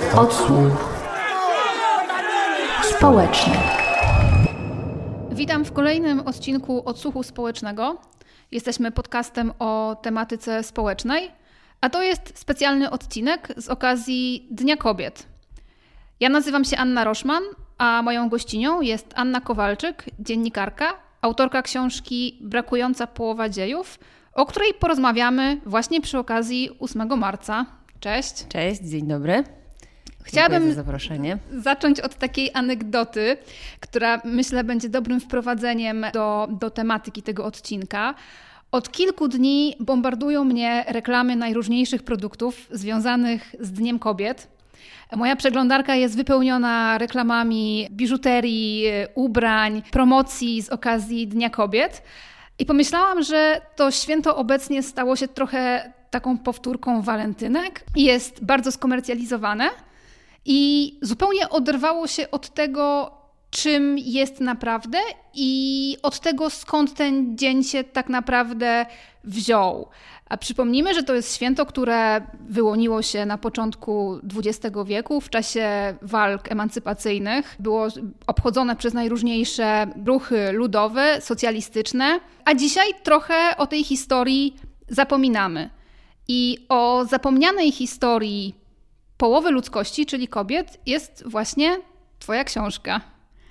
Odsłuch społeczny. Witam w kolejnym odcinku Odsłuchu Społecznego. Jesteśmy podcastem o tematyce społecznej, a to jest specjalny odcinek z okazji Dnia Kobiet. Ja nazywam się Anna Roszman, a moją gościnią jest Anna Kowalczyk, dziennikarka, autorka książki Brakująca połowa dziejów, o której porozmawiamy właśnie przy okazji 8 marca. Cześć. Cześć, dzień dobry. Chciałabym za zaproszenie. zacząć od takiej anegdoty, która myślę będzie dobrym wprowadzeniem do tematyki tego odcinka. Od kilku dni bombardują mnie reklamy najróżniejszych produktów związanych z Dniem Kobiet. Moja przeglądarka jest wypełniona reklamami biżuterii, ubrań, promocji z okazji Dnia Kobiet. I pomyślałam, że to święto obecnie stało się trochę taką powtórką walentynek. Jest bardzo skomercjalizowane i zupełnie oderwało się od tego, czym jest naprawdę i od tego, skąd ten dzień się tak naprawdę wziął. A przypomnijmy, że to jest święto, które wyłoniło się na początku XX wieku w czasie walk emancypacyjnych. Było obchodzone przez najróżniejsze ruchy ludowe, socjalistyczne, a dzisiaj trochę o tej historii zapominamy. I o zapomnianej historii połowy ludzkości, czyli kobiet, jest właśnie twoja książka.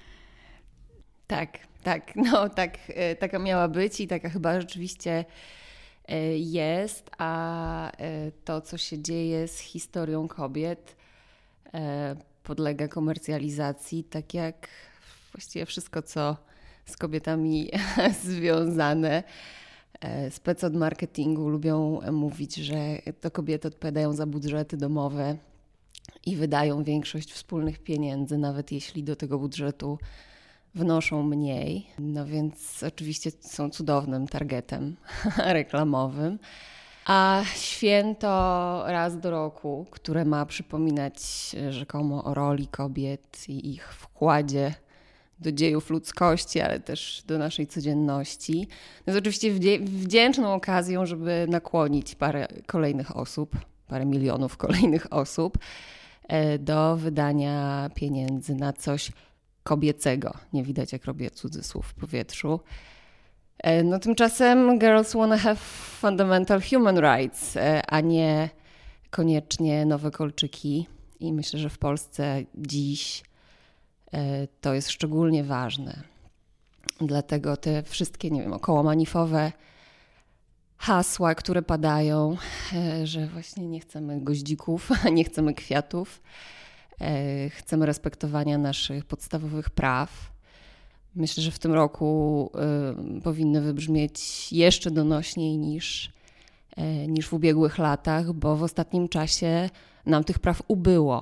Tak, taka miała być i taka chyba rzeczywiście jest, a to, co się dzieje z historią kobiet, podlega komercjalizacji, tak jak właściwie wszystko, co z kobietami związane. Spec od marketingu lubią mówić, że to kobiety odpowiadają za budżety domowe i wydają większość wspólnych pieniędzy, nawet jeśli do tego budżetu wnoszą mniej. No więc oczywiście są cudownym targetem reklamowym. A święto raz do roku, które ma przypominać rzekomo o roli kobiet i ich wkładzie do dziejów ludzkości, ale też do naszej codzienności, jest oczywiście wdzięczną okazją, żeby nakłonić parę milionów kolejnych osób do wydania pieniędzy na coś kobiecego. Nie widać, jak robię cudzysłów w powietrzu. No tymczasem girls wanna have fundamental human rights, a nie koniecznie nowe kolczyki. I myślę, że w Polsce dziś to jest szczególnie ważne. Dlatego te wszystkie, okołomanifowe hasła, które padają, że właśnie nie chcemy goździków, nie chcemy kwiatów, chcemy respektowania naszych podstawowych praw. Myślę, że w tym roku powinny wybrzmieć jeszcze donośniej niż w ubiegłych latach, bo w ostatnim czasie nam tych praw ubyło,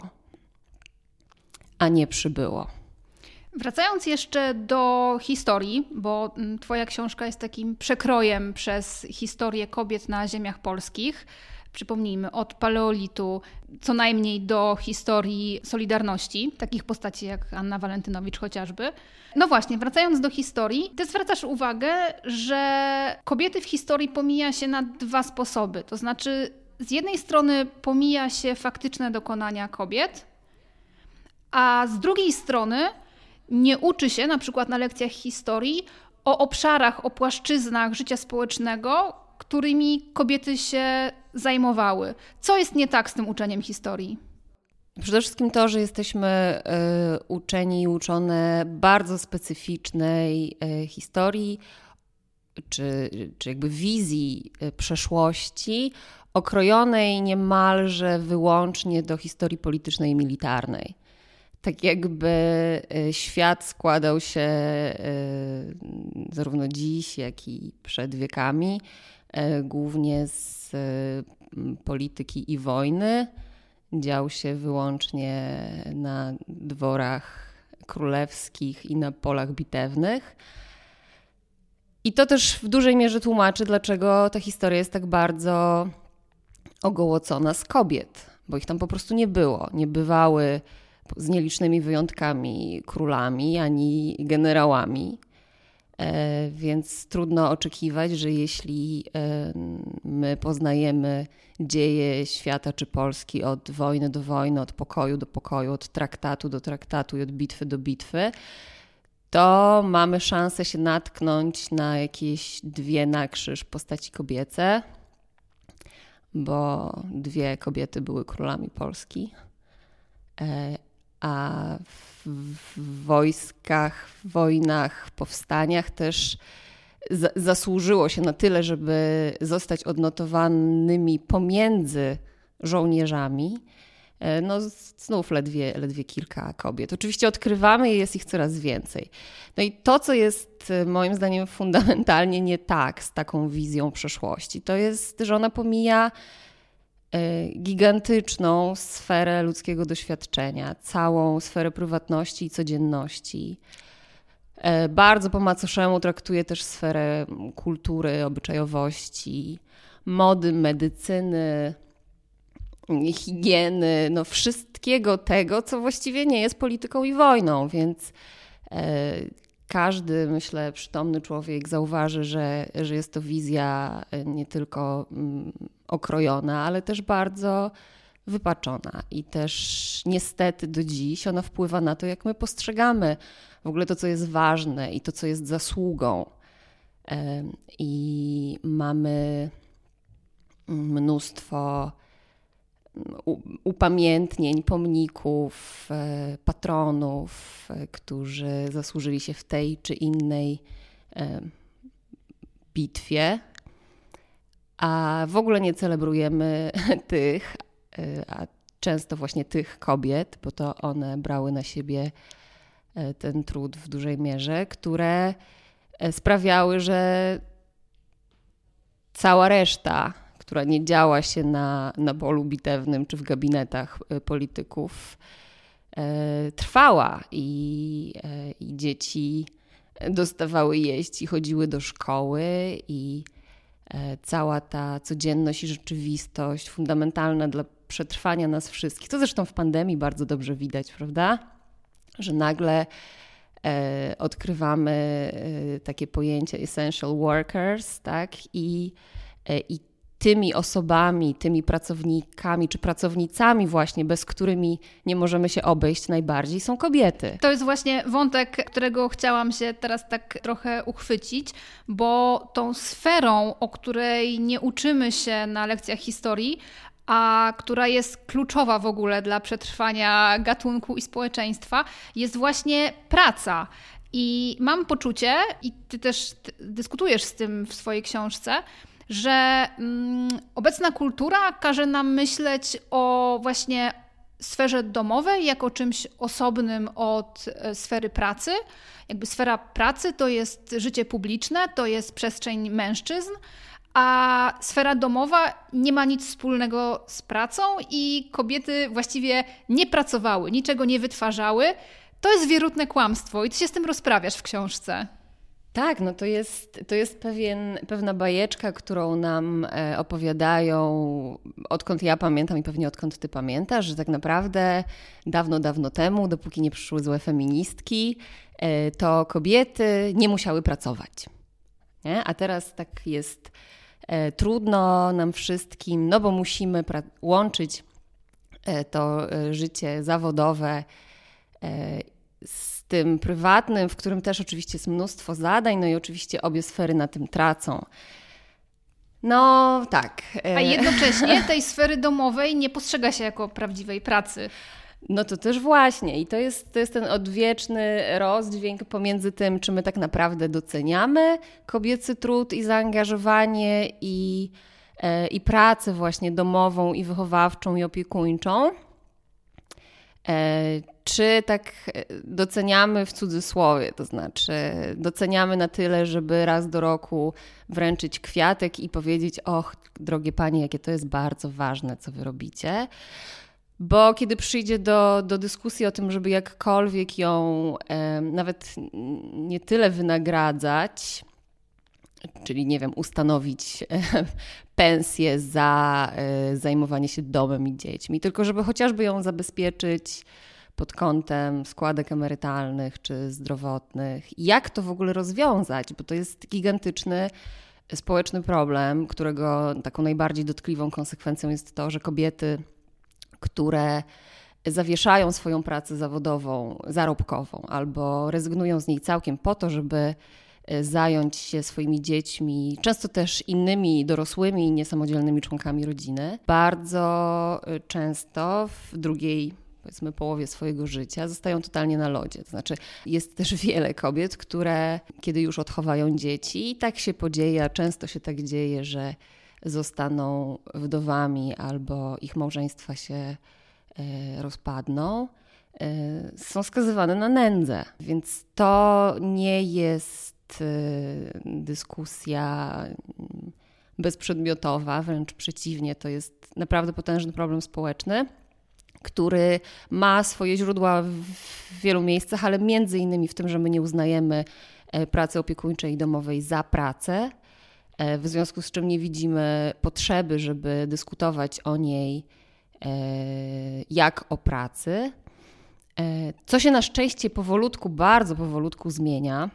a nie przybyło. Wracając jeszcze do historii, bo twoja książka jest takim przekrojem przez historię kobiet na ziemiach polskich. Przypomnijmy, od paleolitu co najmniej do historii Solidarności, takich postaci jak Anna Walentynowicz chociażby. No właśnie, wracając do historii, ty zwracasz uwagę, że kobiety w historii pomija się na dwa sposoby. To znaczy, z jednej strony pomija się faktyczne dokonania kobiet, a z drugiej strony nie uczy się, na przykład na lekcjach historii, o obszarach, o płaszczyznach życia społecznego, którymi kobiety się zajmowały. Co jest nie tak z tym uczeniem historii? Przede wszystkim to, że jesteśmy uczeni i uczone bardzo specyficznej historii, czy jakby wizji przeszłości, okrojonej niemalże wyłącznie do historii politycznej i militarnej. Tak jakby świat składał się zarówno dziś, jak i przed wiekami, głównie z polityki i wojny. Dział się wyłącznie na dworach królewskich i na polach bitewnych. I to też w dużej mierze tłumaczy, dlaczego ta historia jest tak bardzo ogołocona z kobiet, bo ich tam po prostu nie było. Nie bywały z nielicznymi wyjątkami królami ani generałami. Więc trudno oczekiwać, że jeśli my poznajemy dzieje świata czy Polski od wojny do wojny, od pokoju do pokoju, od traktatu do traktatu i od bitwy do bitwy, to mamy szansę się natknąć na jakieś dwie na krzyż postaci kobiece, bo dwie kobiety były królami Polski, a w wojskach, w wojnach, powstaniach też zasłużyło się na tyle, żeby zostać odnotowanymi pomiędzy żołnierzami. No znów ledwie kilka kobiet. Oczywiście odkrywamy i jest ich coraz więcej. No i to, co jest moim zdaniem fundamentalnie nie tak z taką wizją przeszłości, to jest, że ona pomija gigantyczną sferę ludzkiego doświadczenia, całą sferę prywatności i codzienności. Bardzo po macoszemu traktuje też sferę kultury, obyczajowości, mody, medycyny, higieny, no wszystkiego tego, co właściwie nie jest polityką i wojną, więc każdy, myślę, przytomny człowiek zauważy, że jest to wizja nie tylko okrojona, ale też bardzo wypaczona i też niestety do dziś ona wpływa na to, jak my postrzegamy w ogóle to, co jest ważne i to, co jest zasługą. I mamy mnóstwo upamiętnień, pomników, patronów, którzy zasłużyli się w tej czy innej bitwie, a w ogóle nie celebrujemy tych, a często właśnie tych kobiet, bo to one brały na siebie ten trud w dużej mierze, które sprawiały, że cała reszta, która nie działa się na polu bitewnym czy w gabinetach polityków, trwała i dzieci dostawały jeść i chodziły do szkoły i cała ta codzienność i rzeczywistość fundamentalna dla przetrwania nas wszystkich. To zresztą w pandemii bardzo dobrze widać, prawda? Że nagle odkrywamy takie pojęcie essential workers, tak? I tymi osobami, tymi pracownikami czy pracownicami właśnie, bez którymi nie możemy się obejść najbardziej, są kobiety. To jest właśnie wątek, którego chciałam się teraz tak trochę uchwycić, bo tą sferą, o której nie uczymy się na lekcjach historii, a która jest kluczowa w ogóle dla przetrwania gatunku i społeczeństwa, jest właśnie praca. I mam poczucie, i ty też dyskutujesz z tym w swojej książce, że obecna kultura każe nam myśleć o właśnie sferze domowej jako czymś osobnym od sfery pracy. Jakby sfera pracy to jest życie publiczne, to jest przestrzeń mężczyzn, a sfera domowa nie ma nic wspólnego z pracą i kobiety właściwie nie pracowały, niczego nie wytwarzały. To jest wierutne kłamstwo i ty się z tym rozprawiasz w książce. Tak, no to jest pewna bajeczka, którą nam opowiadają, odkąd ja pamiętam i pewnie odkąd ty pamiętasz, że tak naprawdę dawno, dawno temu, dopóki nie przyszły złe feministki, to kobiety nie musiały pracować. Nie? A teraz tak jest trudno nam wszystkim, no bo musimy łączyć to życie zawodowe z tym prywatnym, w którym też oczywiście jest mnóstwo zadań, no i oczywiście obie sfery na tym tracą. No tak. A jednocześnie tej sfery domowej nie postrzega się jako prawdziwej pracy. No to też właśnie i to jest ten odwieczny rozdźwięk pomiędzy tym, czy my tak naprawdę doceniamy kobiecy trud i zaangażowanie i pracę właśnie domową i wychowawczą i opiekuńczą, czy tak doceniamy w cudzysłowie, to znaczy doceniamy na tyle, żeby raz do roku wręczyć kwiatek i powiedzieć: och, drogie panie, jakie to jest bardzo ważne, co wy robicie. Bo kiedy przyjdzie do dyskusji o tym, żeby jakkolwiek ją nawet nie tyle wynagradzać, czyli nie wiem, ustanowić pensję za zajmowanie się domem i dziećmi, tylko żeby chociażby ją zabezpieczyć pod kątem składek emerytalnych czy zdrowotnych. Jak to w ogóle rozwiązać? Bo to jest gigantyczny społeczny problem, którego taką najbardziej dotkliwą konsekwencją jest to, że kobiety, które zawieszają swoją pracę zawodową, zarobkową albo rezygnują z niej całkiem po to, żeby zająć się swoimi dziećmi, często też innymi dorosłymi, niesamodzielnymi członkami rodziny, bardzo często w drugiej, powiedzmy, połowie swojego życia zostają totalnie na lodzie. To znaczy jest też wiele kobiet, które kiedy już odchowają dzieci, i tak się podzieje, a często się tak dzieje, że zostaną wdowami albo ich małżeństwa się rozpadną, są skazywane na nędzę. Więc to nie jest dyskusja bezprzedmiotowa, wręcz przeciwnie, to jest naprawdę potężny problem społeczny, który ma swoje źródła w wielu miejscach, ale między innymi w tym, że my nie uznajemy pracy opiekuńczej i domowej za pracę, w związku z czym nie widzimy potrzeby, żeby dyskutować o niej jak o pracy, co się na szczęście powolutku, bardzo powolutku zmienia,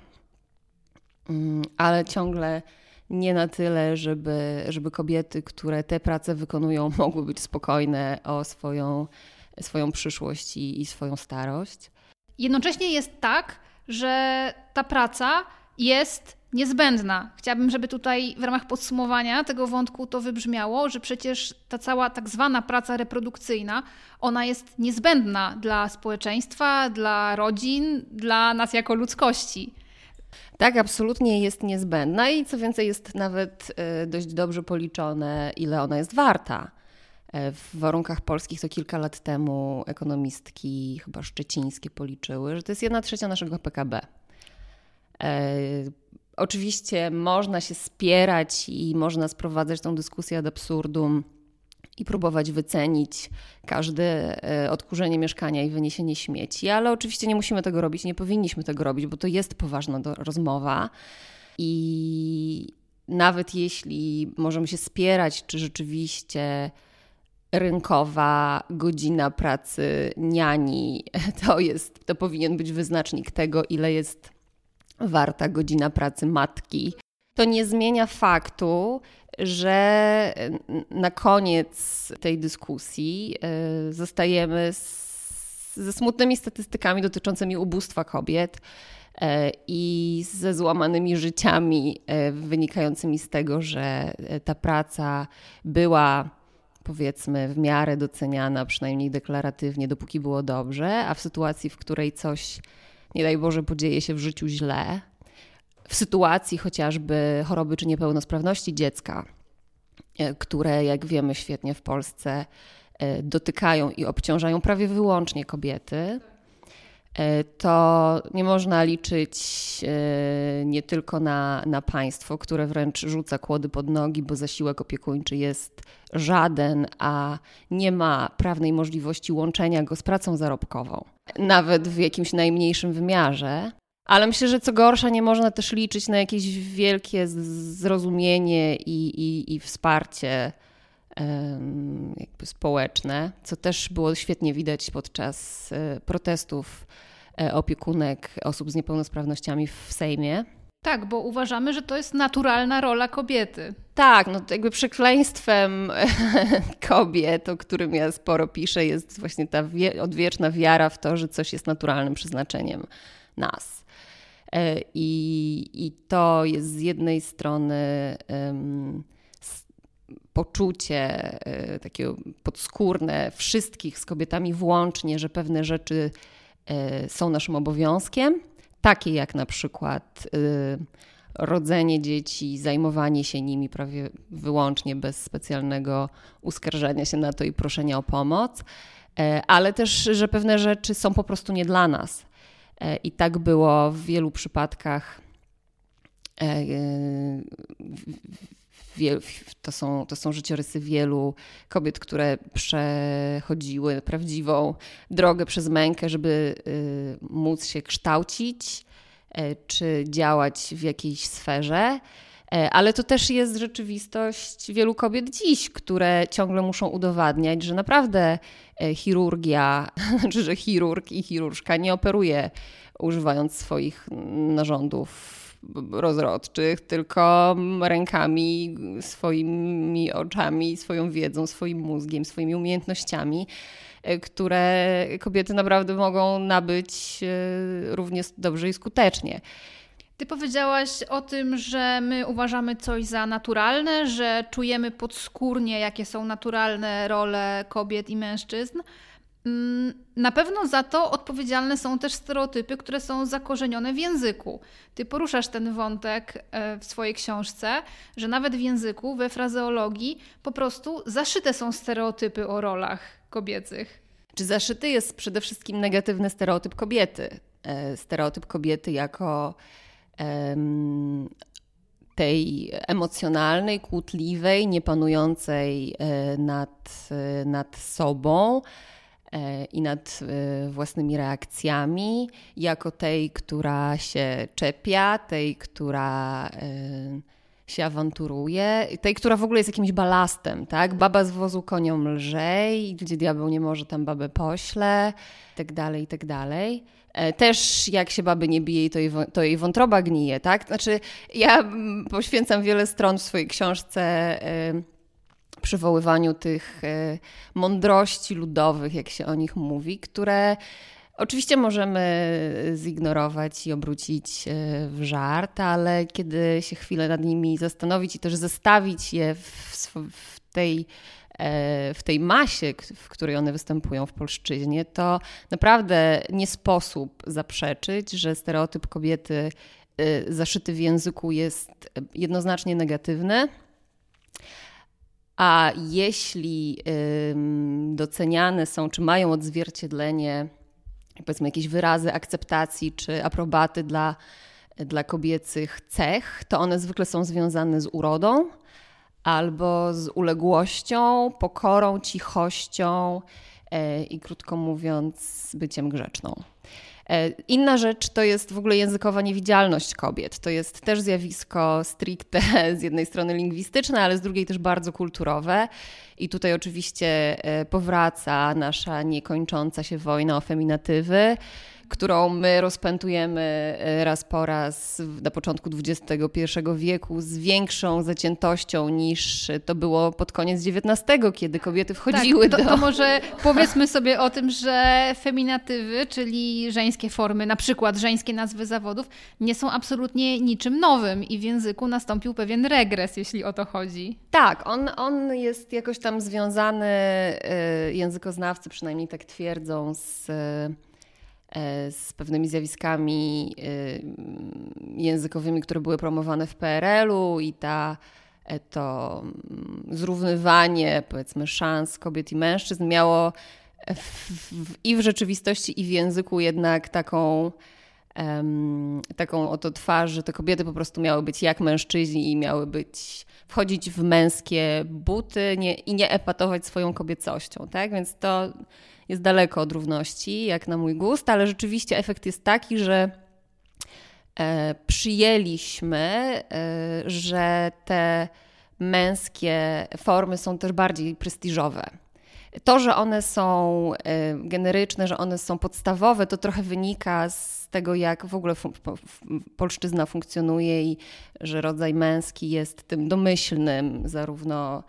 ale ciągle nie na tyle, żeby kobiety, które tę pracę wykonują, mogły być spokojne o swoją przyszłość i swoją starość. Jednocześnie jest tak, że ta praca jest niezbędna. Chciałabym, żeby tutaj w ramach podsumowania tego wątku to wybrzmiało, że przecież ta cała tak zwana praca reprodukcyjna, ona jest niezbędna dla społeczeństwa, dla rodzin, dla nas jako ludzkości. Tak, absolutnie jest niezbędna i co więcej jest nawet dość dobrze policzone, ile ona jest warta. W warunkach polskich to kilka lat temu ekonomistki chyba szczecińskie policzyły, że to jest 1/3 naszego PKB. Oczywiście można się spierać i można sprowadzać tę dyskusję ad absurdum i próbować wycenić każde odkurzenie mieszkania i wyniesienie śmieci, ale oczywiście nie musimy tego robić, nie powinniśmy tego robić, bo to jest poważna rozmowa i nawet jeśli możemy się spierać, czy rzeczywiście rynkowa godzina pracy niani to powinien być wyznacznik tego, ile jest warta godzina pracy matki, to nie zmienia faktu, że na koniec tej dyskusji zostajemy ze smutnymi statystykami dotyczącymi ubóstwa kobiet i ze złamanymi życiami wynikającymi z tego, że ta praca była, powiedzmy, w miarę doceniana, przynajmniej deklaratywnie, dopóki było dobrze, a w sytuacji, w której coś, nie daj Boże, podzieje się w życiu źle, w sytuacji chociażby choroby czy niepełnosprawności dziecka, które, jak wiemy świetnie w Polsce, dotykają i obciążają prawie wyłącznie kobiety, to nie można liczyć nie tylko na państwo, które wręcz rzuca kłody pod nogi, bo zasiłek opiekuńczy jest żaden, a nie ma prawnej możliwości łączenia go z pracą zarobkową, nawet w jakimś najmniejszym wymiarze. Ale myślę, że co gorsza, nie można też liczyć na jakieś wielkie zrozumienie i wsparcie jakby społeczne, co też było świetnie widać podczas protestów opiekunek osób z niepełnosprawnościami w Sejmie. Tak, bo uważamy, że to jest naturalna rola kobiety. Tak, no to jakby przekleństwem kobiet, o którym ja sporo piszę, jest właśnie ta odwieczna wiara w to, że coś jest naturalnym przeznaczeniem nas. I to jest z jednej strony poczucie takie podskórne wszystkich z kobietami włącznie, że pewne rzeczy są naszym obowiązkiem, takie jak na przykład rodzenie dzieci, zajmowanie się nimi prawie wyłącznie bez specjalnego uskarżania się na to i proszenia o pomoc, ale też, że pewne rzeczy są po prostu nie dla nas. I tak było w wielu przypadkach. To są życiorysy wielu kobiet, które przechodziły prawdziwą drogę przez mękę, żeby móc się kształcić czy działać w jakiejś sferze. Ale to też jest rzeczywistość wielu kobiet dziś, które ciągle muszą udowadniać, że naprawdę chirurgia, czy że chirurg i chirurżka nie operuje używając swoich narządów rozrodczych, tylko rękami, swoimi oczami, swoją wiedzą, swoim mózgiem, swoimi umiejętnościami, które kobiety naprawdę mogą nabyć równie dobrze i skutecznie. Ty powiedziałaś o tym, że my uważamy coś za naturalne, że czujemy podskórnie, jakie są naturalne role kobiet i mężczyzn. Na pewno za to odpowiedzialne są też stereotypy, które są zakorzenione w języku. Ty poruszasz ten wątek w swojej książce, że nawet w języku, we frazeologii po prostu zaszyte są stereotypy o rolach kobiecych. Czy zaszyty jest przede wszystkim negatywny stereotyp kobiety? Stereotyp kobiety jako tej emocjonalnej, kłótliwej, niepanującej nad sobą i nad własnymi reakcjami, jako tej, która się czepia, tej, która się awanturuje, tej, która w ogóle jest jakimś balastem, tak? Baba z wozu koniom lżej, gdzie diabeł nie może, tam babę pośle, i tak dalej, i tak dalej. Też jak się baby nie bije, to jej wątroba gnije, tak? Znaczy ja poświęcam wiele stron w swojej książce przywoływaniu tych mądrości ludowych, jak się o nich mówi, które oczywiście możemy zignorować i obrócić w żart, ale kiedy się chwilę nad nimi zastanowić i też zestawić je w tej masie, w której one występują w polszczyźnie, to naprawdę nie sposób zaprzeczyć, że stereotyp kobiety zaszyty w języku jest jednoznacznie negatywny. A jeśli doceniane są, czy mają odzwierciedlenie, powiedzmy jakieś wyrazy akceptacji czy aprobaty dla kobiecych cech, to one zwykle są związane z urodą albo z uległością, pokorą, cichością i krótko mówiąc byciem grzeczną. Inna rzecz to jest w ogóle językowa niewidzialność kobiet. To jest też zjawisko stricte z jednej strony lingwistyczne, ale z drugiej też bardzo kulturowe. I tutaj oczywiście powraca nasza niekończąca się wojna o feminatywy, którą my rozpętujemy raz po raz na początku XXI wieku z większą zaciętością niż to było pod koniec XIX, kiedy kobiety wchodziły do... To może powiedzmy sobie o tym, że feminatywy, czyli żeńskie formy, na przykład żeńskie nazwy zawodów, nie są absolutnie niczym nowym i w języku nastąpił pewien regres, jeśli o to chodzi. Tak, on jest jakoś tam związany, językoznawcy przynajmniej tak twierdzą, z pewnymi zjawiskami językowymi, które były promowane w PRL-u i to zrównywanie, powiedzmy, szans kobiet i mężczyzn miało i w rzeczywistości, i w języku jednak taką oto twarz, że te kobiety po prostu miały być jak mężczyźni i miały wchodzić w męskie buty i nie epatować swoją kobiecością, tak? Więc to jest daleko od równości, jak na mój gust, ale rzeczywiście efekt jest taki, że przyjęliśmy, że te męskie formy są też bardziej prestiżowe. To, że one są generyczne, że one są podstawowe, to trochę wynika z tego, jak w ogóle polszczyzna funkcjonuje i że rodzaj męski jest tym domyślnym, zarówno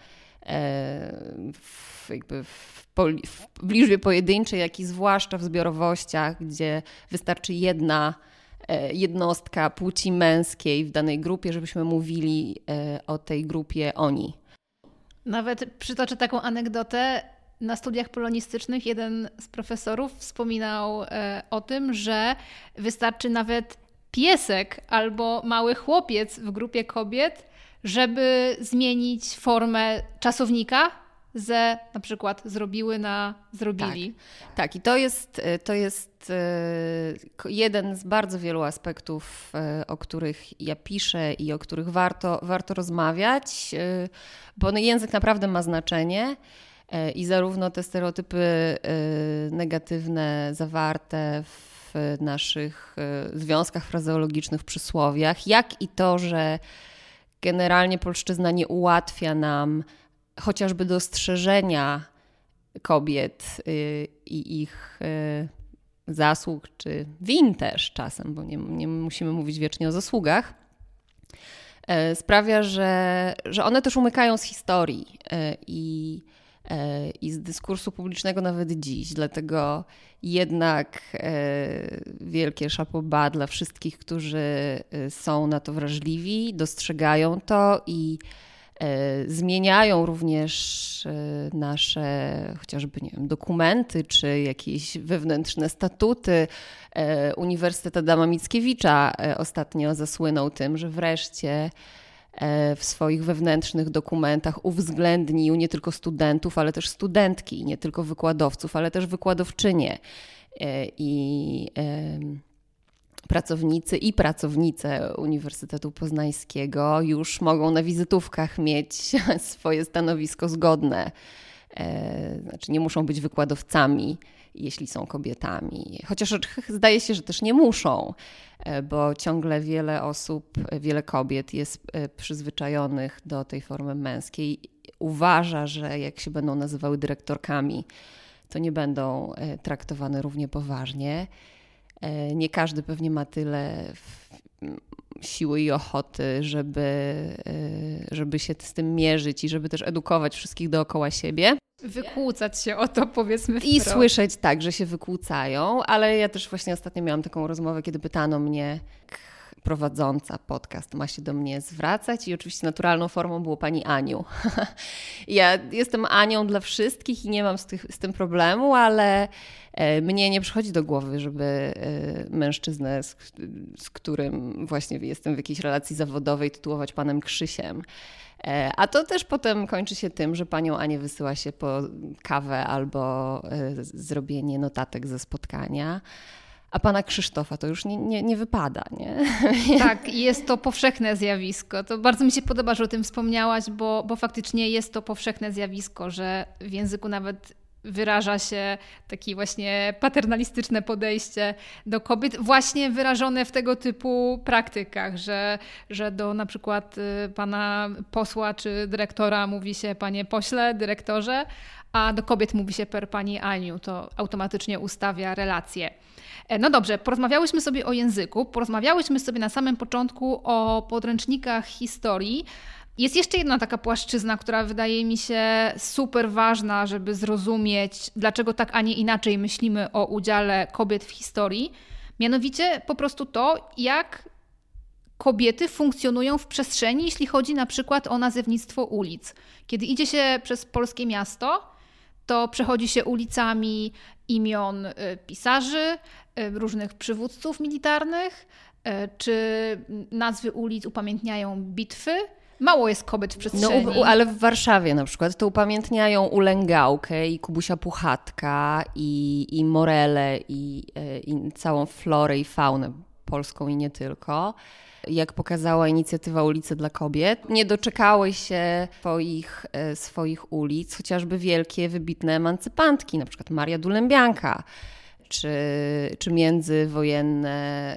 w liczbie pojedynczej, jak i zwłaszcza w zbiorowościach, gdzie wystarczy jedna jednostka płci męskiej w danej grupie, żebyśmy mówili o tej grupie oni. Nawet przytoczę taką anegdotę. Na studiach polonistycznych jeden z profesorów wspominał o tym, że wystarczy nawet piesek albo mały chłopiec w grupie kobiet, żeby zmienić formę czasownika ze na przykład zrobiły na zrobili. Tak. I to jest jeden z bardzo wielu aspektów, o których ja piszę i o których warto rozmawiać, bo język naprawdę ma znaczenie i zarówno te stereotypy negatywne zawarte w naszych związkach frazeologicznych, przysłowiach, jak i to, że generalnie polszczyzna nie ułatwia nam chociażby dostrzeżenia kobiet i ich zasług, czy win też czasem, bo nie musimy mówić wiecznie o zasługach, sprawia, że one też umykają z historii i z dyskursu publicznego nawet dziś. Dlatego jednak wielkie chapeau bas dla wszystkich, którzy są na to wrażliwi, dostrzegają to i zmieniają również nasze chociażby, nie wiem, dokumenty czy jakieś wewnętrzne statuty. Uniwersytet Adama Mickiewicza ostatnio zasłynął tym, że wreszcie w swoich wewnętrznych dokumentach uwzględnił nie tylko studentów, ale też studentki, nie tylko wykładowców, ale też wykładowczynie i pracownicy i pracownice Uniwersytetu Poznańskiego już mogą na wizytówkach mieć swoje stanowisko zgodne. Znaczy nie muszą być wykładowcami, jeśli są kobietami. Chociaż zdaje się, że też nie muszą, bo ciągle wiele osób, wiele kobiet jest przyzwyczajonych do tej formy męskiej. Uważa, że jak się będą nazywały dyrektorkami, to nie będą traktowane równie poważnie. Nie każdy pewnie ma tyle siły i ochoty, żeby się z tym mierzyć i żeby też edukować wszystkich dookoła siebie. Wykłócać się o to, powiedzmy wprost. I słyszeć tak, że się wykłócają, ale ja też właśnie ostatnio miałam taką rozmowę, kiedy pytano mnie, prowadząca podcast ma się do mnie zwracać i oczywiście naturalną formą było pani Aniu. Ja jestem Anią dla wszystkich i nie mam z tym problemu, ale mnie nie przychodzi do głowy, żeby mężczyznę, z którym właśnie jestem w jakiejś relacji zawodowej, tytułować panem Krzysiem. A to też potem kończy się tym, że panią Anię wysyła się po kawę albo zrobienie notatek ze spotkania. A pana Krzysztofa to już nie wypada, nie? Tak, jest to powszechne zjawisko. To bardzo mi się podoba, że o tym wspomniałaś, bo faktycznie jest to powszechne zjawisko, że w języku nawet wyraża się takie właśnie paternalistyczne podejście do kobiet, właśnie wyrażone w tego typu praktykach, że do na przykład pana posła czy dyrektora mówi się panie pośle, dyrektorze, a do kobiet mówi się per pani Aniu. To automatycznie ustawia relacje. No dobrze, porozmawiałyśmy sobie o języku, porozmawiałyśmy sobie na samym początku o podręcznikach historii. Jest jeszcze jedna taka płaszczyzna, która wydaje mi się super ważna, żeby zrozumieć, dlaczego tak, a nie inaczej myślimy o udziale kobiet w historii. Mianowicie po prostu to, jak kobiety funkcjonują w przestrzeni, jeśli chodzi na przykład o nazewnictwo ulic. Kiedy idzie się przez polskie miasto, to przechodzi się ulicami imion pisarzy, różnych przywódców militarnych, czy nazwy ulic upamiętniają bitwy. Mało jest kobiet w przestrzeni. No, ale w Warszawie na przykład to upamiętniają Ulęgałkę i Kubusia Puchatka i Morele i całą florę i faunę polską i nie tylko. Jak pokazała inicjatywa Ulice dla Kobiet, nie doczekały się swoich ulic, chociażby wielkie, wybitne emancypantki, na przykład Maria Dulębianka, czy międzywojenne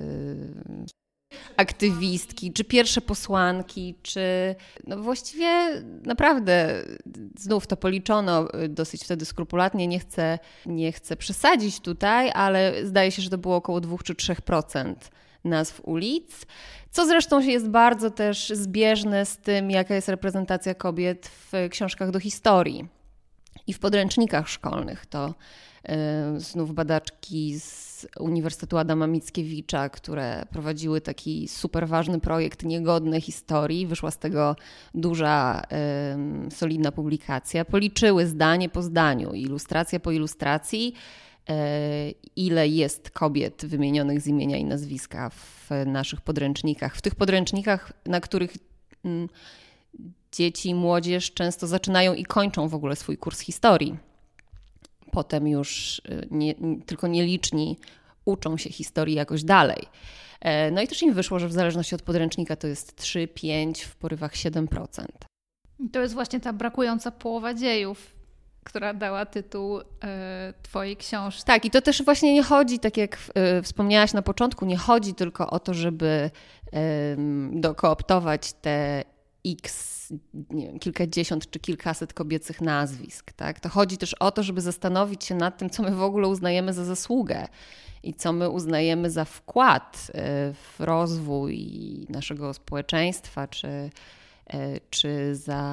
aktywistki, czy pierwsze posłanki, czy no właściwie naprawdę znów to policzono dosyć wtedy skrupulatnie, nie chcę przesadzić tutaj, ale zdaje się, że to było około 2 czy 3% nazw ulic, co zresztą jest bardzo też zbieżne z tym, jaka jest reprezentacja kobiet w książkach do historii i w podręcznikach szkolnych. To znów badaczki z Uniwersytetu Adama Mickiewicza, które prowadziły taki super ważny projekt Niegodne historii. Wyszła z tego duża, solidna publikacja. Policzyły zdanie po zdaniu, ilustracja po ilustracji, ile jest kobiet wymienionych z imienia i nazwiska w naszych podręcznikach. W tych podręcznikach, na których dzieci i młodzież często zaczynają i kończą w ogóle swój kurs historii. Potem już tylko nieliczni uczą się historii jakoś dalej. No i też im wyszło, że w zależności od podręcznika to jest 3, 5, w porywach 7%. To jest właśnie ta brakująca połowa dziejów, która dała tytuł twojej książce. Tak, i to też właśnie nie chodzi, tak jak wspomniałaś na początku, nie chodzi tylko o to, żeby dokooptować te nie wiem, kilkadziesiąt czy kilkaset kobiecych nazwisk. Tak? To chodzi też o to, żeby zastanowić się nad tym, co my w ogóle uznajemy za zasługę i co my uznajemy za wkład w rozwój naszego społeczeństwa, czy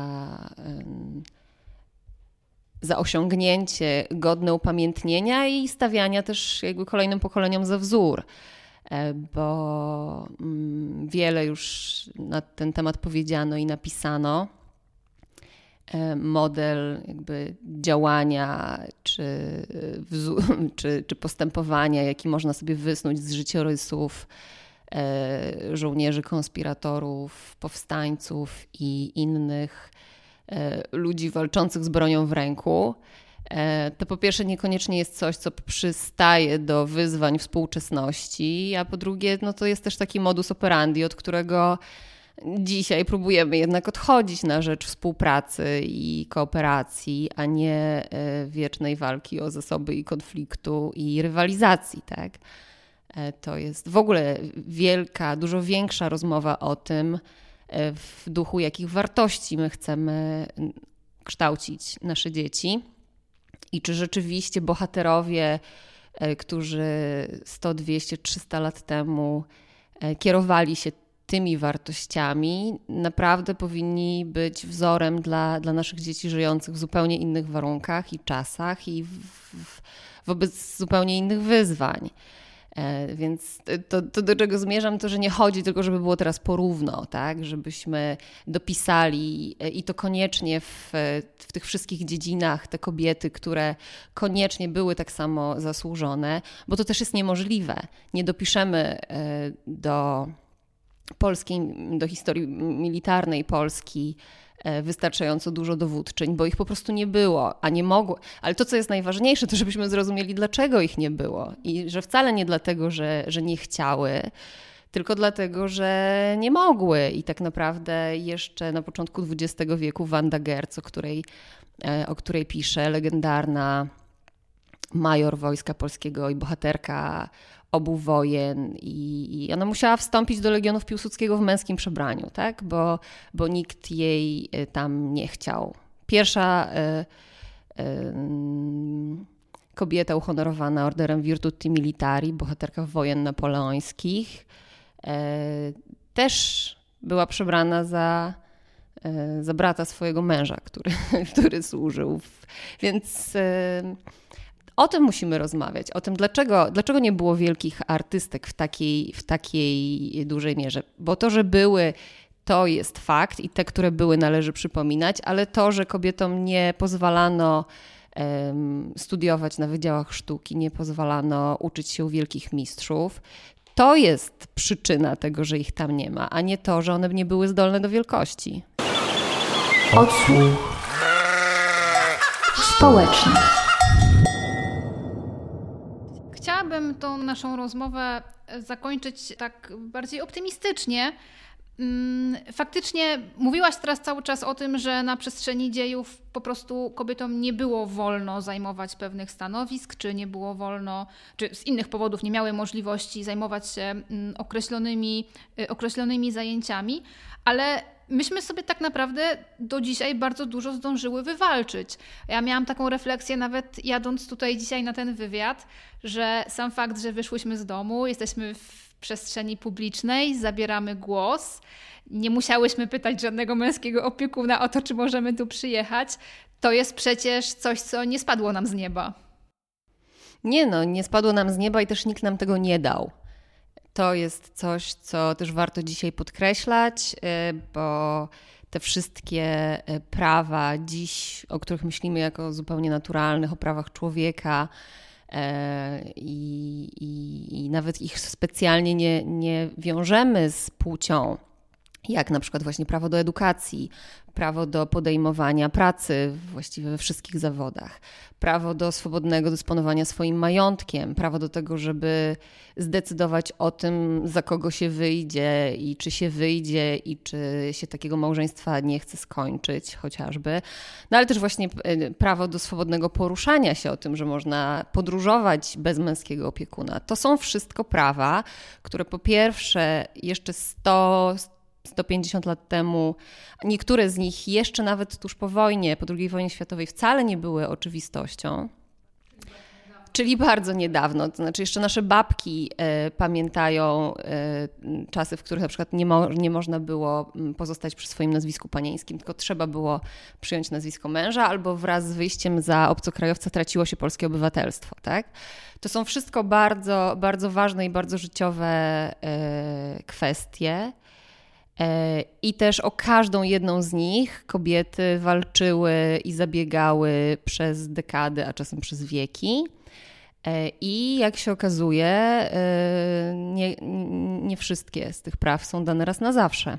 za osiągnięcie godne upamiętnienia i stawiania też jakby kolejnym pokoleniom za wzór. Bo wiele już na ten temat powiedziano i napisano. Model jakby działania czy postępowania, jaki można sobie wysnuć z życiorysów żołnierzy, konspiratorów, powstańców i innych ludzi walczących z bronią w ręku, to po pierwsze niekoniecznie jest coś, co przystaje do wyzwań współczesności, a po drugie no to jest też taki modus operandi, od którego dzisiaj próbujemy jednak odchodzić na rzecz współpracy i kooperacji, a nie wiecznej walki o zasoby i konfliktu i rywalizacji. Tak? To jest w ogóle wielka, dużo większa rozmowa o tym, w duchu jakich wartości my chcemy kształcić nasze dzieci. I czy rzeczywiście bohaterowie, którzy 100, 200, 300 lat temu kierowali się tymi wartościami, naprawdę powinni być wzorem dla naszych dzieci żyjących w zupełnie innych warunkach i czasach i wobec zupełnie innych wyzwań. Więc to, do czego zmierzam, to, że nie chodzi tylko, żeby było teraz porówno, tak? Żebyśmy dopisali i to koniecznie w tych wszystkich dziedzinach te kobiety, które koniecznie były tak samo zasłużone, bo to też jest niemożliwe. Nie dopiszemy do historii militarnej Polski wystarczająco dużo dowódczyń, bo ich po prostu nie było, a nie mogło. Ale to, co jest najważniejsze, to żebyśmy zrozumieli, dlaczego ich nie było. I że wcale nie dlatego, że nie chciały, tylko dlatego, że nie mogły. I tak naprawdę jeszcze na początku XX wieku Wanda Gerz, o której pisze, legendarna major Wojska Polskiego i bohaterka obu wojen i ona musiała wstąpić do Legionów Piłsudskiego w męskim przebraniu, tak? Bo nikt jej tam nie chciał. Pierwsza kobieta uhonorowana Orderem Virtuti Militari, bohaterka wojen napoleońskich, też była przebrana za brata swojego męża, który służył. Więc o tym musimy rozmawiać, o tym, dlaczego nie było wielkich artystek w takiej dużej mierze. Bo to, że były, to jest fakt i te, które były, należy przypominać, ale to, że kobietom nie pozwalano studiować na wydziałach sztuki, nie pozwalano uczyć się u wielkich mistrzów, to jest przyczyna tego, że ich tam nie ma, a nie to, że one nie były zdolne do wielkości. Odsłuch społeczny. Chciałabym tą naszą rozmowę zakończyć tak bardziej optymistycznie. Faktycznie mówiłaś teraz cały czas o tym, że na przestrzeni dziejów po prostu kobietom nie było wolno zajmować pewnych stanowisk, czy nie było wolno, czy z innych powodów nie miały możliwości zajmować się określonymi zajęciami, ale myśmy sobie tak naprawdę do dzisiaj bardzo dużo zdążyły wywalczyć. Ja miałam taką refleksję nawet jadąc tutaj dzisiaj na ten wywiad, że sam fakt, że wyszłyśmy z domu, jesteśmy w przestrzeni publicznej, zabieramy głos, nie musiałyśmy pytać żadnego męskiego opiekuna o to, czy możemy tu przyjechać, to jest przecież coś, co nie spadło nam z nieba. Nie spadło nam z nieba i też nikt nam tego nie dał. To jest coś, co też warto dzisiaj podkreślać, bo te wszystkie prawa dziś, o których myślimy jako zupełnie naturalnych, o prawach człowieka i nawet ich specjalnie nie wiążemy z płcią, jak na przykład właśnie prawo do edukacji, prawo do podejmowania pracy właściwie we wszystkich zawodach, prawo do swobodnego dysponowania swoim majątkiem, prawo do tego, żeby zdecydować o tym, za kogo się wyjdzie i czy się takiego małżeństwa nie chce skończyć chociażby. No ale też właśnie prawo do swobodnego poruszania się, o tym, że można podróżować bez męskiego opiekuna. To są wszystko prawa, które po pierwsze jeszcze 150 lat temu, niektóre z nich jeszcze nawet tuż po wojnie, po II wojnie światowej wcale nie były oczywistością. Czyli bardzo niedawno, to znaczy jeszcze nasze babki pamiętają czasy, w których na przykład nie można było pozostać przy swoim nazwisku panieńskim, tylko trzeba było przyjąć nazwisko męża albo wraz z wyjściem za obcokrajowca traciło się polskie obywatelstwo. Tak? To są wszystko bardzo, bardzo ważne i bardzo życiowe kwestie. I też o każdą jedną z nich kobiety walczyły i zabiegały przez dekady, a czasem przez wieki. I jak się okazuje, nie wszystkie z tych praw są dane raz na zawsze.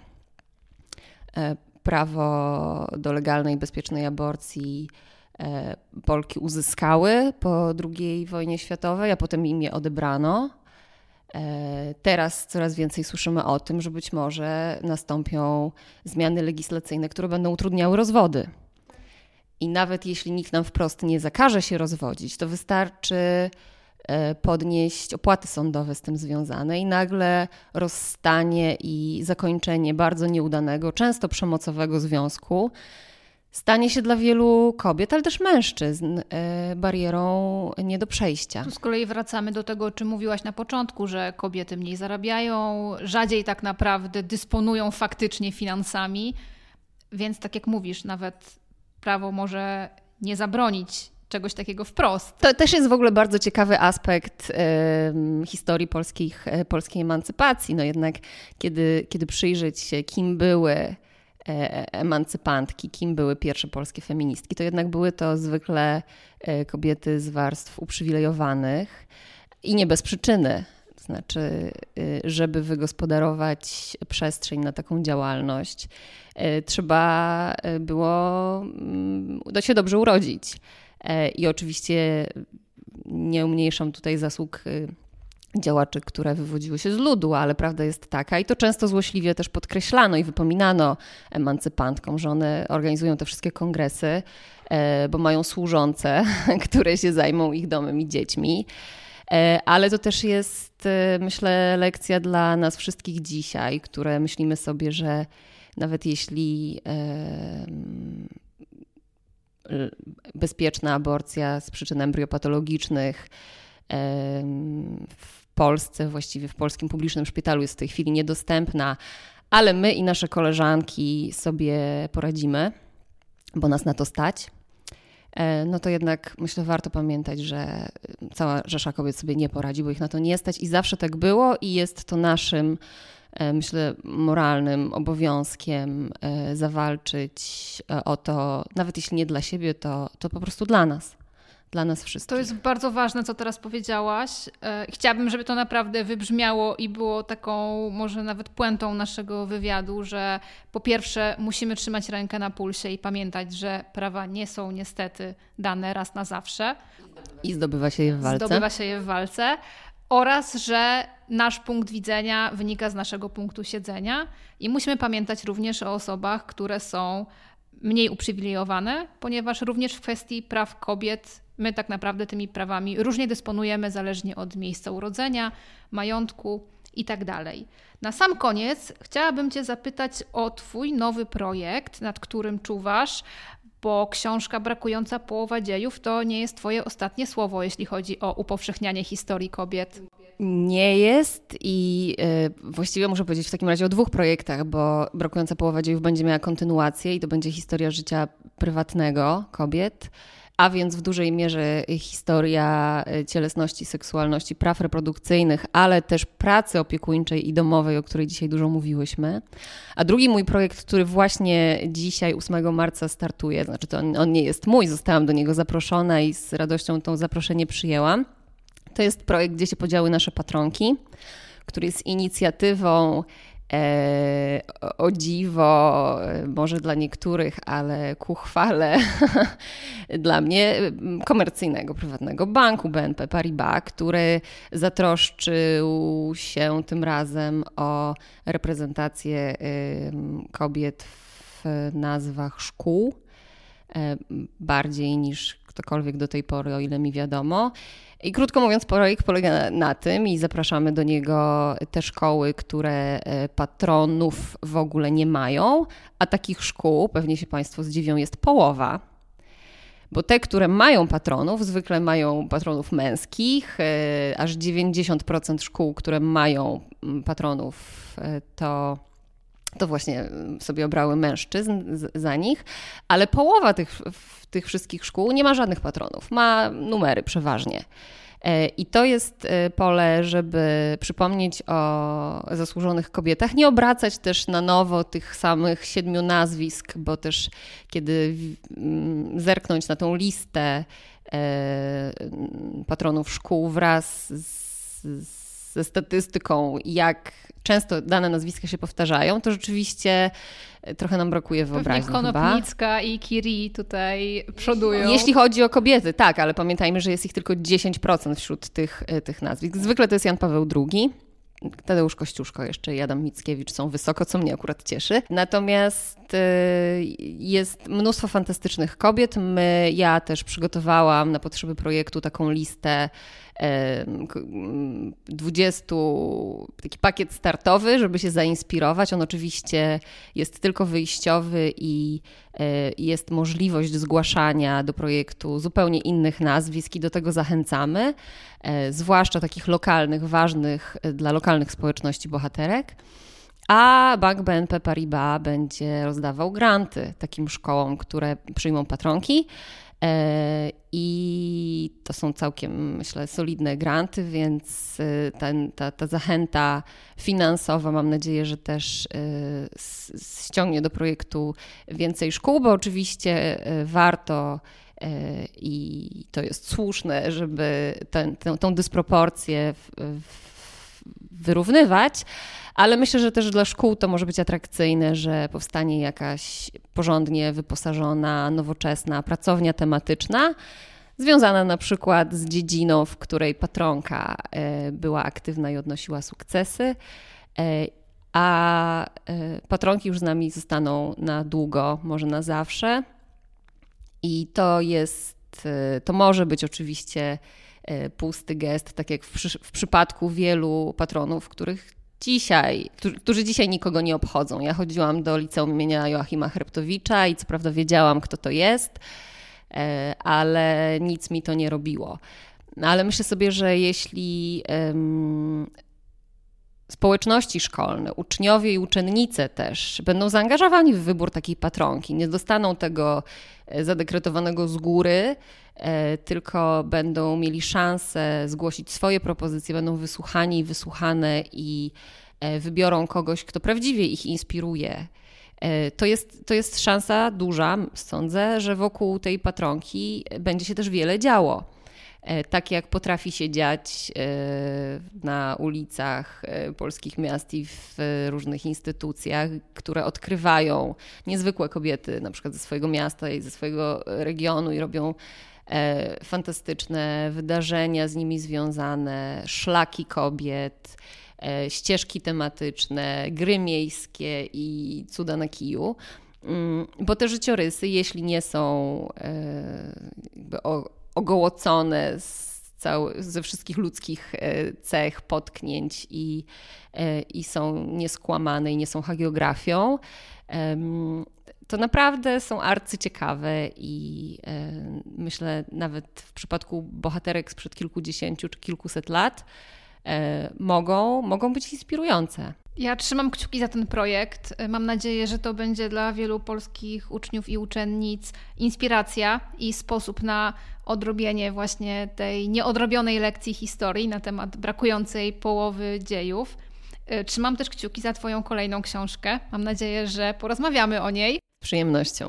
Prawo do legalnej i bezpiecznej aborcji Polki uzyskały po II wojnie światowej, a potem im je odebrano. Teraz coraz więcej słyszymy o tym, że być może nastąpią zmiany legislacyjne, które będą utrudniały rozwody. I nawet jeśli nikt nam wprost nie zakaże się rozwodzić, to wystarczy podnieść opłaty sądowe z tym związane i nagle rozstanie i zakończenie bardzo nieudanego, często przemocowego związku stanie się dla wielu kobiet, ale też mężczyzn barierą nie do przejścia. Tu z kolei wracamy do tego, o czym mówiłaś na początku, że kobiety mniej zarabiają, rzadziej tak naprawdę dysponują faktycznie finansami, więc tak jak mówisz, nawet prawo może nie zabronić czegoś takiego wprost. To też jest w ogóle bardzo ciekawy aspekt historii polskiej emancypacji. No jednak kiedy przyjrzeć się, kim były emancypantki, kim były pierwsze polskie feministki, to jednak były to zwykle kobiety z warstw uprzywilejowanych i nie bez przyczyny. To znaczy, żeby wygospodarować przestrzeń na taką działalność, trzeba było się dobrze urodzić. I oczywiście nie umniejszam tutaj zasług działaczy, które wywodziły się z ludu, ale prawda jest taka i to często złośliwie też podkreślano i wypominano emancypantkom, że one organizują te wszystkie kongresy, bo mają służące, które się zajmą ich domem i dziećmi. Ale to też jest, myślę, lekcja dla nas wszystkich dzisiaj, które myślimy sobie, że nawet jeśli bezpieczna aborcja z przyczyn embriopatologicznych w Polsce, właściwie w polskim publicznym szpitalu jest w tej chwili niedostępna, ale my i nasze koleżanki sobie poradzimy, bo nas na to stać, no to jednak myślę warto pamiętać, że cała rzesza kobiet sobie nie poradzi, bo ich na to nie stać i zawsze tak było i jest to naszym, myślę, moralnym obowiązkiem zawalczyć o to, nawet jeśli nie dla siebie, to po prostu dla nas wszystkich. To jest bardzo ważne, co teraz powiedziałaś. Chciałabym, żeby to naprawdę wybrzmiało i było taką może nawet puentą naszego wywiadu, że po pierwsze musimy trzymać rękę na pulsie i pamiętać, że prawa nie są niestety dane raz na zawsze. I zdobywa się je w walce. Oraz, że nasz punkt widzenia wynika z naszego punktu siedzenia i musimy pamiętać również o osobach, które są mniej uprzywilejowane, ponieważ również w kwestii praw kobiet my tak naprawdę tymi prawami różnie dysponujemy zależnie od miejsca urodzenia, majątku i tak dalej. Na sam koniec chciałabym Cię zapytać o Twój nowy projekt, nad którym czuwasz, bo książka Brakująca połowa dziejów to nie jest Twoje ostatnie słowo, jeśli chodzi o upowszechnianie historii kobiet. Nie jest i właściwie muszę powiedzieć w takim razie o dwóch projektach, bo Brakująca połowa dziejów będzie miała kontynuację i to będzie historia życia prywatnego kobiet, a więc w dużej mierze historia cielesności, seksualności, praw reprodukcyjnych, ale też pracy opiekuńczej i domowej, o której dzisiaj dużo mówiłyśmy. A drugi mój projekt, który właśnie dzisiaj, 8 marca startuje, znaczy to on nie jest mój, zostałam do niego zaproszona i z radością to zaproszenie przyjęłam. To jest projekt Gdzie się podziały nasze patronki, który jest inicjatywą O dziwo, może dla niektórych, ale ku chwale dla mnie, komercyjnego, prywatnego banku BNP Paribas, który zatroszczył się tym razem o reprezentację kobiet w nazwach szkół, bardziej niż ktokolwiek do tej pory, o ile mi wiadomo. I krótko mówiąc, projekt polega na tym i zapraszamy do niego te szkoły, które patronów w ogóle nie mają, a takich szkół, pewnie się Państwo zdziwią, jest połowa. Bo te, które mają patronów, zwykle mają patronów męskich, aż 90% szkół, które mają patronów, to właśnie sobie obrały mężczyzn za nich, ale połowa tych wszystkich szkół nie ma żadnych patronów, ma numery przeważnie. I to jest pole, żeby przypomnieć o zasłużonych kobietach, nie obracać też na nowo tych samych 7 nazwisk, bo też kiedy zerknąć na tą listę patronów szkół wraz ze statystyką, jak często dane nazwiska się powtarzają, to rzeczywiście trochę nam brakuje wyobraźni. Pewnie Konopnicka i Curie tutaj przodują. Jeśli chodzi o kobiety, tak, ale pamiętajmy, że jest ich tylko 10% wśród tych nazwisk. Zwykle to jest Jan Paweł II, Tadeusz Kościuszko jeszcze i Adam Mickiewicz są wysoko, co mnie akurat cieszy. Natomiast jest mnóstwo fantastycznych kobiet. Ja też przygotowałam na potrzeby projektu taką listę 20, taki pakiet startowy, żeby się zainspirować. On oczywiście jest tylko wyjściowy i jest możliwość zgłaszania do projektu zupełnie innych nazwisk i do tego zachęcamy, zwłaszcza takich lokalnych, ważnych dla lokalnych społeczności bohaterek. A bank BNP Paribas będzie rozdawał granty takim szkołom, które przyjmą patronki. I to są całkiem, myślę, solidne granty, więc ta zachęta finansowa, mam nadzieję, że też ściągnie do projektu więcej szkół, bo oczywiście warto i to jest słuszne, żeby tą dysproporcję wyrównywać. Ale myślę, że też dla szkół to może być atrakcyjne, że powstanie jakaś porządnie wyposażona, nowoczesna pracownia tematyczna, związana na przykład z dziedziną, w której patronka była aktywna i odnosiła sukcesy, a patronki już z nami zostaną na długo, może na zawsze. I to może być oczywiście pusty gest, tak jak w przypadku wielu patronów, którzy dzisiaj nikogo nie obchodzą. Ja chodziłam do liceum imienia Joachima Hreptowicza i co prawda wiedziałam, kto to jest, ale nic mi to nie robiło. Ale myślę sobie, że jeśli społeczności szkolne, uczniowie i uczennice też będą zaangażowani w wybór takiej patronki, nie dostaną tego zadekretowanego z góry, tylko będą mieli szansę zgłosić swoje propozycje, będą wysłuchani i wysłuchane i wybiorą kogoś, kto prawdziwie ich inspiruje. To jest szansa duża, sądzę, że wokół tej patronki będzie się też wiele działo. Tak jak potrafi się dziać na ulicach polskich miast i w różnych instytucjach, które odkrywają niezwykłe kobiety, na przykład ze swojego miasta i ze swojego regionu i robią fantastyczne wydarzenia z nimi związane, szlaki kobiet, ścieżki tematyczne, gry miejskie i cuda na kiju. Bo te życiorysy, jeśli nie są jakby ogołocone ze wszystkich ludzkich cech, potknięć i są nieskłamane i nie są hagiografią, to naprawdę są arcyciekawe i nawet w przypadku bohaterek sprzed kilkudziesięciu czy kilkuset lat mogą być inspirujące. Ja trzymam kciuki za ten projekt. Mam nadzieję, że to będzie dla wielu polskich uczniów i uczennic inspiracja i sposób na odrobienie właśnie tej nieodrobionej lekcji historii na temat brakującej połowy dziejów. Trzymam też kciuki za Twoją kolejną książkę. Mam nadzieję, że porozmawiamy o niej. Z przyjemnością.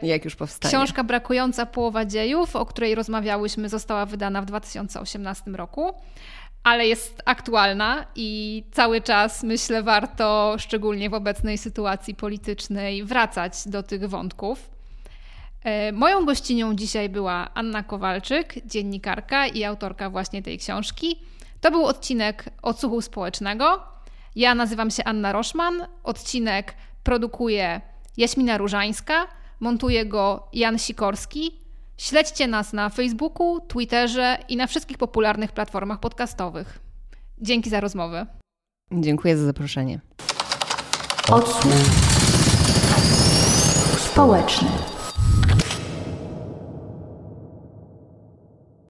Jak już powstanie. Książka Brakująca połowa dziejów, o której rozmawiałyśmy, została wydana w 2018 roku, ale jest aktualna i cały czas, myślę, warto, szczególnie w obecnej sytuacji politycznej, wracać do tych wątków. Moją gościnią dzisiaj była Anna Kowalczyk, dziennikarka i autorka właśnie tej książki. To był odcinek Odsłuchu Społecznego. Ja nazywam się Anna Roszman. Odcinek produkuje Jaśmina Różańska, montuje go Jan Sikorski. Śledźcie nas na Facebooku, Twitterze i na wszystkich popularnych platformach podcastowych. Dzięki za rozmowę. Dziękuję za zaproszenie. Odsłuch społeczny.